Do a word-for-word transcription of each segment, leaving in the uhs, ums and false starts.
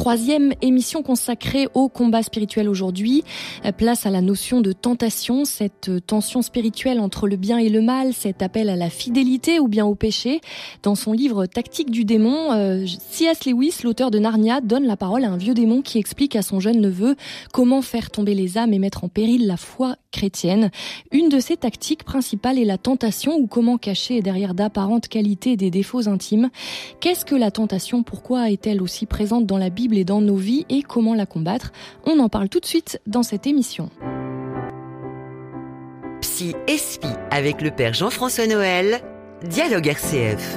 Troisième émission consacrée au combat spirituel aujourd'hui. Place à la notion de tentation, cette tension spirituelle entre le bien et le mal, cet appel à la fidélité ou bien au péché. Dans son livre Tactique du démon, euh, C S Lewis, l'auteur de Narnia, donne la parole à un vieux démon qui explique à son jeune neveu comment faire tomber les âmes et mettre en péril la foi chrétienne. Une de ses tactiques principales est la tentation, ou comment cacher derrière d'apparentes qualités des défauts intimes. Qu'est-ce que la tentation ? Pourquoi est-elle aussi présente dans la Bible et dans nos vies, et comment la combattre? On en parle tout de suite dans cette émission. Psy et Spi avec le père Jean-François Noël, Dialogue R C F.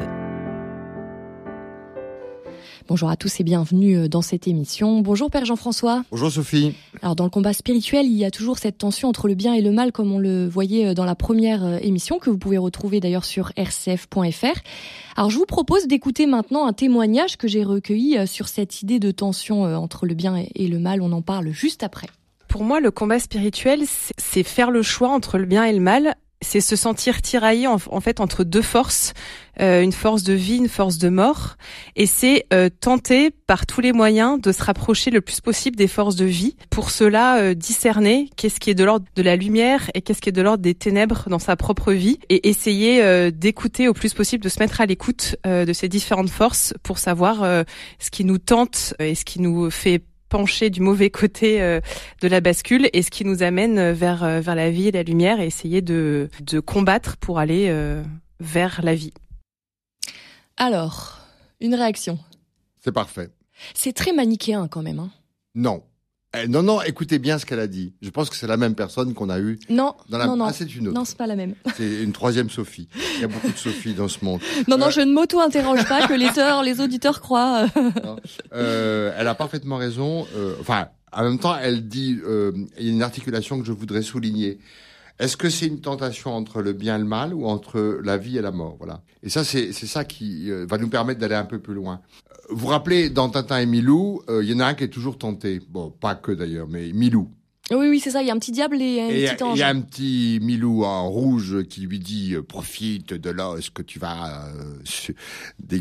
Bonjour à tous et bienvenue dans cette émission. Bonjour Père Jean-François. Bonjour Sophie. Alors dans le combat spirituel, il y a toujours cette tension entre le bien et le mal, comme on le voyait dans la première émission, que vous pouvez retrouver d'ailleurs sur r c f point f r. Alors je vous propose d'écouter maintenant un témoignage que j'ai recueilli sur cette idée de tension entre le bien et le mal. On en parle juste après. Pour moi, le combat spirituel, c'est faire le choix entre le bien et le mal. C'est se sentir tiraillé en, en fait entre deux forces, euh, une force de vie, une force de mort, et c'est euh, tenter par tous les moyens de se rapprocher le plus possible des forces de vie. Pour cela, euh, discerner qu'est-ce qui est de l'ordre de la lumière et qu'est-ce qui est de l'ordre des ténèbres dans sa propre vie, et essayer euh, d'écouter au plus possible, de se mettre à l'écoute euh, de ces différentes forces pour savoir euh, ce qui nous tente et ce qui nous fait pencher du mauvais côté euh, de la bascule, et ce qui nous amène vers euh, vers la vie et la lumière, et essayer de de combattre pour aller euh, vers la vie. Alors, une réaction. C'est parfait. C'est très manichéen quand même, hein. Non. Eh, non, non, écoutez bien ce qu'elle a dit. Je pense que c'est la même personne qu'on a eue. Non, dans la... non, non. Ah, c'est une autre. Non, c'est pas la même. C'est une troisième Sophie. Il y a beaucoup de Sophie dans ce monde. Non, non, euh... je ne m'auto-interroge pas, que les auditeurs, les auditeurs croient. Non. Euh, elle a parfaitement raison. Euh, enfin, en même temps, elle dit, euh, il y a une articulation que je voudrais souligner. Est-ce que c'est une tentation entre le bien et le mal, ou entre la vie et la mort? Voilà. Et ça, c'est, c'est ça qui euh, va nous permettre d'aller un peu plus loin. Vous vous rappelez, dans Tintin et Milou, il euh, y en a un qui est toujours tenté. Bon, pas que d'ailleurs, mais Milou. Oui, oui, c'est ça. Il y a un petit diable et un et petit ange. Il y a un petit Milou en rouge qui lui dit euh, « Profite de l'os que tu vas euh, déguster »,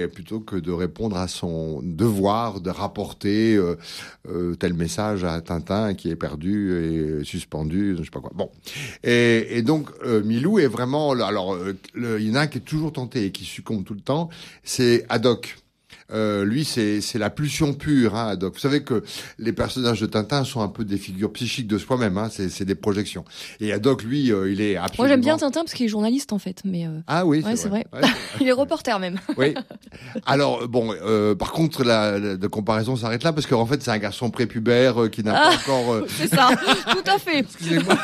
plutôt que de répondre à son devoir de rapporter euh, euh, tel message à Tintin qui est perdu et suspendu, je sais pas quoi. Bon. Et, et donc, euh, Milou est vraiment... Alors, euh, le, il y en a un qui est toujours tenté et qui succombe tout le temps, c'est Haddock. Euh, lui, c'est c'est la pulsion pure, hein, Haddock. Vous savez que les personnages de Tintin sont un peu des figures psychiques de soi-même, hein, c'est c'est des projections. Et Haddock, lui, euh, il est absolument... Moi, j'aime bien Tintin parce qu'il est journaliste, en fait, mais... Euh... Ah oui, ouais, c'est, c'est vrai. vrai. Ouais, il est reporter, même. Oui. Alors, bon, euh, par contre, la, la de comparaison s'arrête là, parce qu'en fait, c'est un garçon prépubère euh, qui n'a ah, pas encore... Euh... C'est ça, tout à fait. Excusez-moi.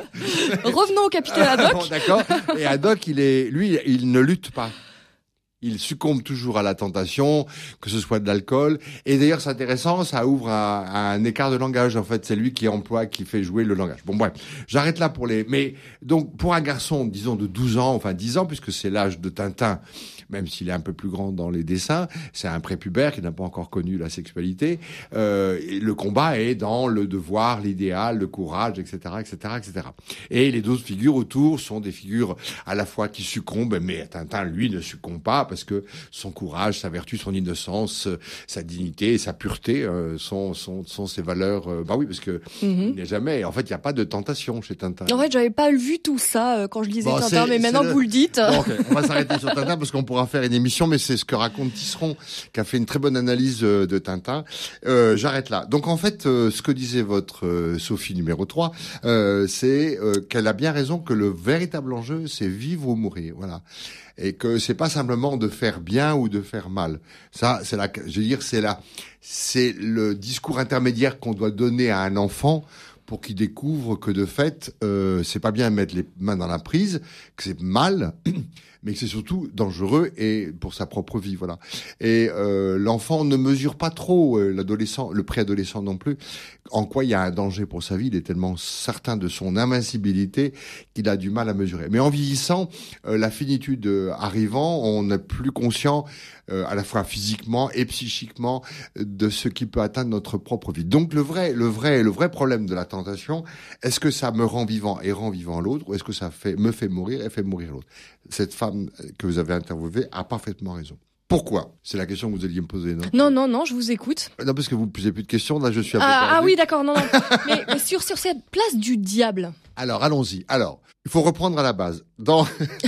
Revenons au capitaine Haddock. Bon, d'accord. Et Haddock, il est, lui, il ne lutte pas. Il succombe toujours à la tentation, que ce soit de l'alcool. Et d'ailleurs, c'est intéressant, ça ouvre à, à un écart de langage. En fait, c'est lui qui emploie, qui fait jouer le langage. Bon, bref, j'arrête là pour les... Mais donc, pour un garçon, disons, de douze ans, enfin dix ans, puisque c'est l'âge de Tintin, même s'il est un peu plus grand dans les dessins, c'est un prépubère qui n'a pas encore connu la sexualité. Euh, et le combat est dans le devoir, l'idéal, le courage, et cetera, et cetera, et cetera. Et les autres figures autour sont des figures à la fois qui succombent, mais Tintin, lui, ne succombe pas, parce que son courage, sa vertu, son innocence, sa dignité, sa pureté euh, sont, sont, sont ses valeurs. Euh, bah oui, parce que mm-hmm. il n'y a jamais... En fait, il n'y a pas de tentation chez Tintin. En fait, j'avais pas vu tout ça euh, quand je lisais bon, Tintin, mais maintenant le... que vous le dites... Bon, okay. On va s'arrêter sur Tintin, parce qu'on pourra faire une émission, mais c'est ce que raconte Tisseron, qui a fait une très bonne analyse euh, de Tintin. Euh, j'arrête là. Donc, en fait, euh, ce que disait votre euh, Sophie numéro trois, euh, c'est euh, qu'elle a bien raison, que le véritable enjeu, c'est vivre ou mourir. Voilà. Et que c'est pas simplement de faire bien ou de faire mal. Ça, c'est la, je veux dire, c'est la, c'est le discours intermédiaire qu'on doit donner à un enfant pour qu'il découvre que de fait, euh, c'est pas bien de mettre les mains dans la prise, que c'est mal, mais que c'est surtout dangereux et pour sa propre vie, voilà. Et euh, l'enfant ne mesure pas trop, euh, l'adolescent, le préadolescent non plus, en quoi il y a un danger pour sa vie. Il est tellement certain de son invincibilité qu'il a du mal à mesurer. Mais en vieillissant, euh, la finitude euh, arrivant, on n'est plus conscient euh, à la fois physiquement et psychiquement de ce qui peut atteindre notre propre vie. Donc le vrai, le vrai, le vrai problème de la tentation, est-ce que ça me rend vivant et rend vivant l'autre, ou est-ce que ça fait me fait mourir et fait mourir l'autre? Cette femme que vous avez interviewée a parfaitement raison. Pourquoi ? C'est la question que vous alliez me poser, non ? Non, non, non, je vous écoute. Non, parce que vous ne posez plus de questions, là je suis un peu Ah, perdu. ah oui, d'accord, non, non. mais, mais sur, sur cette place du diable. Alors, allons-y. Alors, il faut reprendre à la base. Dans...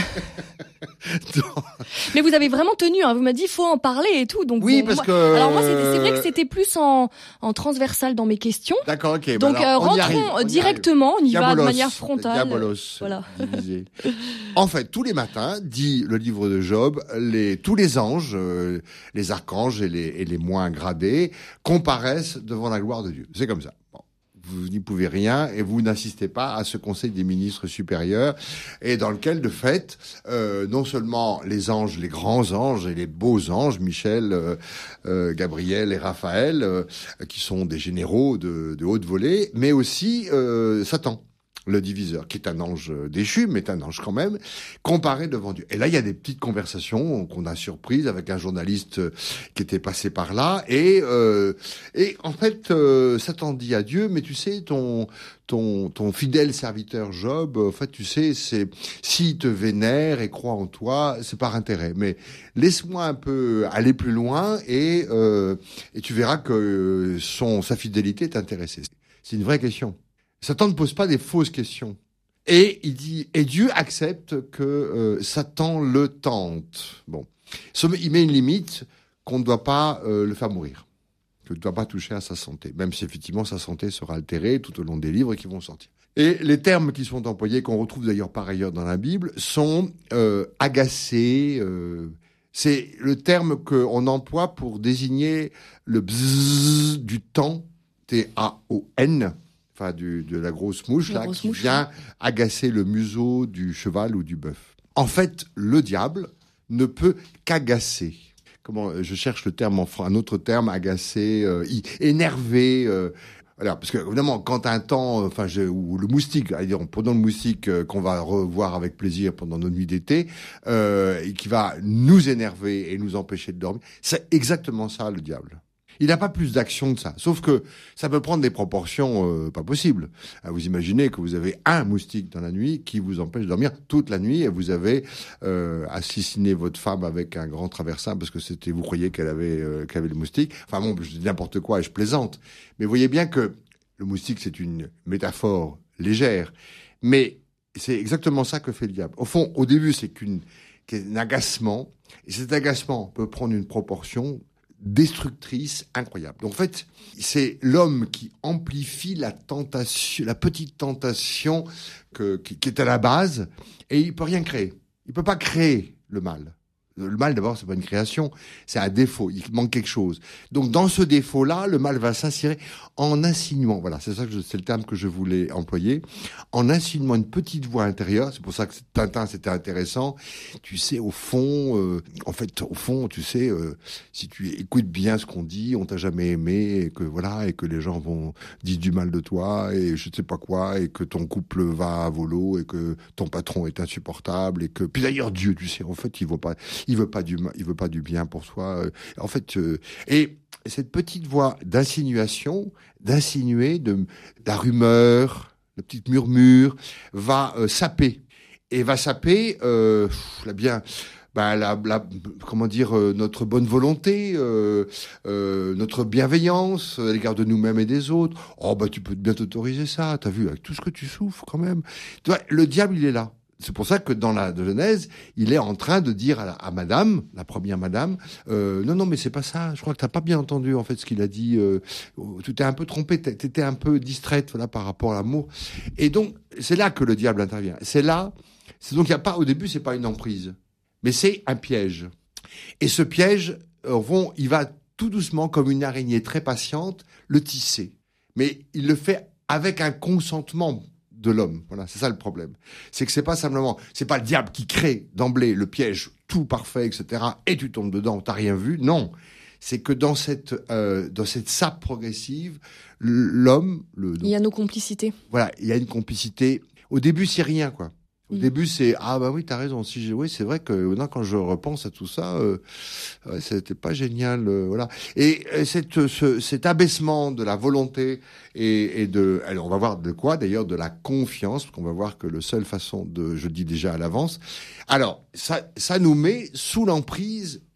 Dans... Mais vous avez vraiment tenu, hein. Vous m'avez dit, faut en parler et tout. Donc oui, bon, parce moi... que... Alors moi, c'était, c'est vrai que c'était plus en, en transversal dans mes questions. D'accord, ok. Donc bah alors, euh, on y arrive, rentrons on y directement, on y Diabolos, va de manière frontale. Diabolos, Voilà. divisé. En fait, tous les matins, dit le livre de Job, les, tous les anges, euh, les archanges et les, et les moins gradés, comparaissent devant la gloire de Dieu. C'est comme ça. Bon. Vous n'y pouvez rien et vous n'assistez pas à ce conseil des ministres supérieurs et dans lequel, de fait, euh, non seulement les anges, les grands anges et les beaux anges, Michel, euh, euh, Gabriel et Raphaël, euh, qui sont des généraux de, de haute volée, mais aussi euh, Satan, le diviseur, qui est un ange déchu, mais un ange quand même, comparé devant Dieu. Et là, il y a des petites conversations qu'on a surprises avec un journaliste qui était passé par là, et euh, et en fait, euh, Satan dit à Dieu, mais tu sais, ton ton ton fidèle serviteur Job, en fait, tu sais, c'est s'il te vénère et croit en toi, c'est par intérêt. Mais laisse-moi un peu aller plus loin, et euh, et tu verras que son sa fidélité est intéressée. C'est une vraie question. Satan ne pose pas des fausses questions. Et il dit, et Dieu accepte que euh, Satan le tente. Bon, il met une limite qu'on ne doit pas euh, le faire mourir, qu'on ne doit pas toucher à sa santé, même si effectivement sa santé sera altérée tout au long des livres qui vont sortir. Et les termes qui sont employés, qu'on retrouve d'ailleurs par ailleurs dans la Bible, sont euh, agacés. Euh, c'est le terme qu'on emploie pour désigner le bzzz du temps, T A O N. Enfin, du, de la grosse mouche, la là, grosse qui mouche, vient oui. agacer le museau du cheval ou du bœuf. En fait, le diable ne peut qu'agacer. Comment, je cherche le terme en un autre terme, agacer, euh, énerver. Euh, voilà, parce que évidemment, quand un temps, enfin, je, ou le moustique, dire, prenons le moustique euh, qu'on va revoir avec plaisir pendant nos nuits d'été, euh, et qui va nous énerver et nous empêcher de dormir, c'est exactement ça le diable. Il n'a pas plus d'action que ça. Sauf que ça peut prendre des proportions euh, pas possibles. Vous imaginez que vous avez un moustique dans la nuit qui vous empêche de dormir toute la nuit et vous avez euh, assassiné votre femme avec un grand traversin parce que c'était vous croyez qu'elle avait euh, qu'elle avait le moustique. Enfin bon, je dis n'importe quoi et je plaisante. Mais vous voyez bien que le moustique, c'est une métaphore légère. Mais c'est exactement ça que fait le diable. Au fond, au début, c'est qu'une, qu'un agacement. Et cet agacement peut prendre une proportion destructrice incroyable. Donc en fait, c'est l'homme qui amplifie la tentation, la petite tentation que, qui, qui est à la base, et il peut rien créer. Il peut pas créer le mal. Le mal, d'abord, c'est pas une création, c'est un défaut. Il manque quelque chose. Donc, dans ce défaut-là, le mal va s'insérer en insinuant. Voilà, c'est ça que je, c'est le terme que je voulais employer. En insinuant une petite voix intérieure. C'est pour ça que Tintin, c'était intéressant. Tu sais, au fond, euh, en fait, au fond, tu sais, euh, si tu écoutes bien ce qu'on dit, on t'a jamais aimé, et que voilà, et que les gens vont dire du mal de toi, et je sais pas quoi, et que ton couple va à volo, et que ton patron est insupportable, et que, puis d'ailleurs, Dieu, tu sais, en fait, il veut pas, il veut pas du, il veut pas du bien pour soi. En fait, euh, et cette petite voix d'insinuation, d'insinuer, de la rumeur, le petit murmure, va euh, saper et va saper, euh, là bien. Ben, la, la, comment dire, euh, notre bonne volonté, euh, euh, notre bienveillance à l'égard de nous-mêmes et des autres. Oh, bah, tu peux bien t'autoriser ça. T'as vu, avec tout ce que tu souffres, quand même. Tu vois, le diable, il est là. C'est pour ça que dans la Genèse, il est en train de dire à, la, à Madame, la première Madame, euh, non, non, mais c'est pas ça. Je crois que t'as pas bien entendu en fait ce qu'il a dit. Euh, tu t'es un peu trompé, t'étais un peu distraite, voilà, par rapport à l'amour. Et donc, c'est là que le diable intervient. C'est là. C'est donc il y a pas au début, c'est pas une emprise, mais c'est un piège. Et ce piège, euh, vont, il va tout doucement, comme une araignée très patiente, le tisser. Mais il le fait avec un consentement de l'homme. Voilà, c'est ça le problème. C'est que c'est pas simplement, c'est pas le diable qui crée d'emblée le piège tout parfait, et cetera. Et tu tombes dedans, t'as rien vu. Non, c'est que dans cette euh, dans cette sape progressive, l'homme, le. Il y a nos complicités. Voilà, il y a une complicité. Au début, c'est rien, quoi. Au mmh. début, c'est ah bah oui, t'as raison. Si j'ai, oui, c'est vrai que maintenant, quand je repense à tout ça, euh, ouais, c'était pas génial, euh, voilà. Et, et cette, ce, cet abaissement de la volonté et, et de, alors on va voir de quoi d'ailleurs, de la confiance, parce qu'on va voir que le seule façon de, je le dis déjà à l'avance. Alors ça, ça nous met sous l'emprise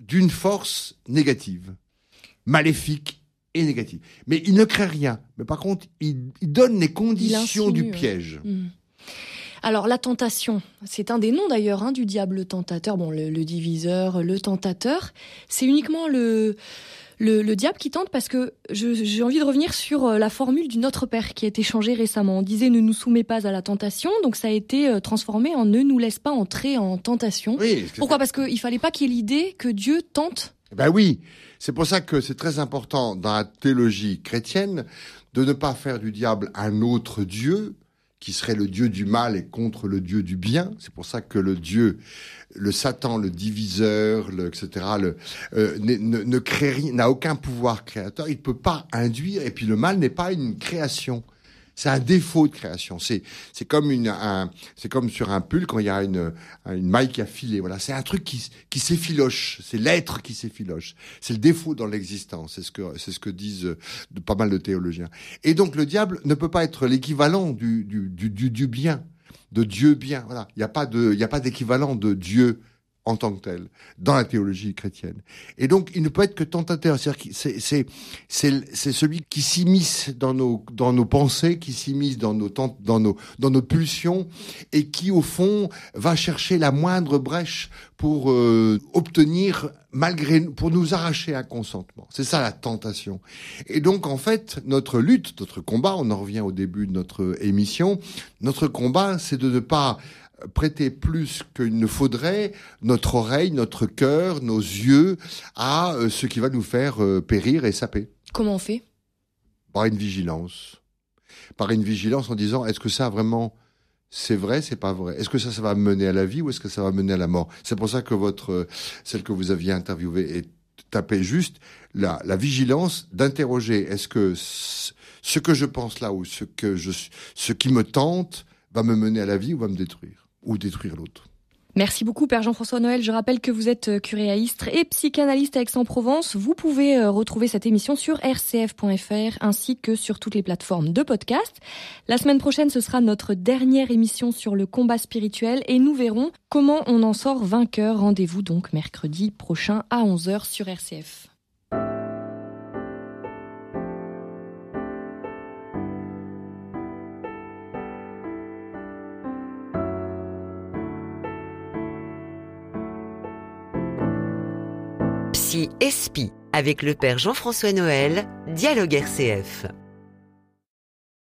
d'une force négative, maléfique et négative. Mais il ne crée rien. Mais par contre, il, il donne les conditions du piège. Ouais. Mmh. Alors la tentation, c'est un des noms d'ailleurs hein, du diable, le tentateur, bon le, le diviseur, le tentateur. C'est uniquement le, le, le diable qui tente parce que je, j'ai envie de revenir sur la formule du Notre Père qui a été changée récemment. On disait ne nous soumets pas à la tentation, donc ça a été transformé en ne nous laisse pas entrer en tentation. Oui, pourquoi ? Parce qu'il fallait pas qu'il y ait l'idée que Dieu tente. Ben oui, c'est pour ça que c'est très important dans la théologie chrétienne de ne pas faire du diable un autre Dieu, qui serait le Dieu du mal et contre le Dieu du bien. C'est pour ça que le Dieu, le Satan, le diviseur, le, et cetera, le, euh, ne, ne, ne crée rien, n'a aucun pouvoir créateur. Il ne peut pas induire. Et puis le mal n'est pas une création. C'est un défaut de création. C'est, c'est comme une, un, c'est comme sur un pull quand il y a une, une maille qui a filé. Voilà. C'est un truc qui, qui s'effiloche. C'est l'être qui s'effiloche. C'est le défaut dans l'existence. C'est ce que, c'est ce que disent de, pas mal de théologiens. Et donc, le diable ne peut pas être l'équivalent du, du, du, du, du bien, de Dieu bien. Voilà. Il n'y a pas de, il n'y a pas d'équivalent de Dieu en tant que tel, dans la théologie chrétienne. Et donc, il ne peut être que tentateur. C'est-à-dire que c'est, c'est, c'est, c'est celui qui s'immisce dans nos, dans nos pensées, qui s'immisce dans nos, dans nos, dans nos pulsions, et qui, au fond, va chercher la moindre brèche pour euh, obtenir, malgré, pour nous arracher un consentement. C'est ça la tentation. Et donc, en fait, notre lutte, notre combat, on en revient au début de notre émission, notre combat, c'est de ne pas prêter plus qu'il ne faudrait notre oreille, notre cœur, nos yeux à euh, ce qui va nous faire euh, périr et saper. Comment on fait ? Par une vigilance. Par une vigilance en disant, est-ce que ça vraiment, c'est vrai, c'est pas vrai ? Est-ce que ça, ça va mener à la vie ou est-ce que ça va mener à la mort ? C'est pour ça que votre, euh, celle que vous aviez interviewée est tapée juste la, la vigilance d'interroger, est-ce que ce que je pense là ou ce que je, ce qui me tente va me mener à la vie ou va me détruire ? Ou détruire l'autre. Merci beaucoup Père Jean-François Noël. Je rappelle que vous êtes curé à Istres et psychanalyste à Aix-en-Provence. Vous pouvez retrouver cette émission sur r c f point f r ainsi que sur toutes les plateformes de podcast. La semaine prochaine, ce sera notre dernière émission sur le combat spirituel et nous verrons comment on en sort vainqueur. Rendez-vous donc mercredi prochain à onze heures sur R C F. Psy et Spi avec le Père Jean-François Noël, Dialogue R C F.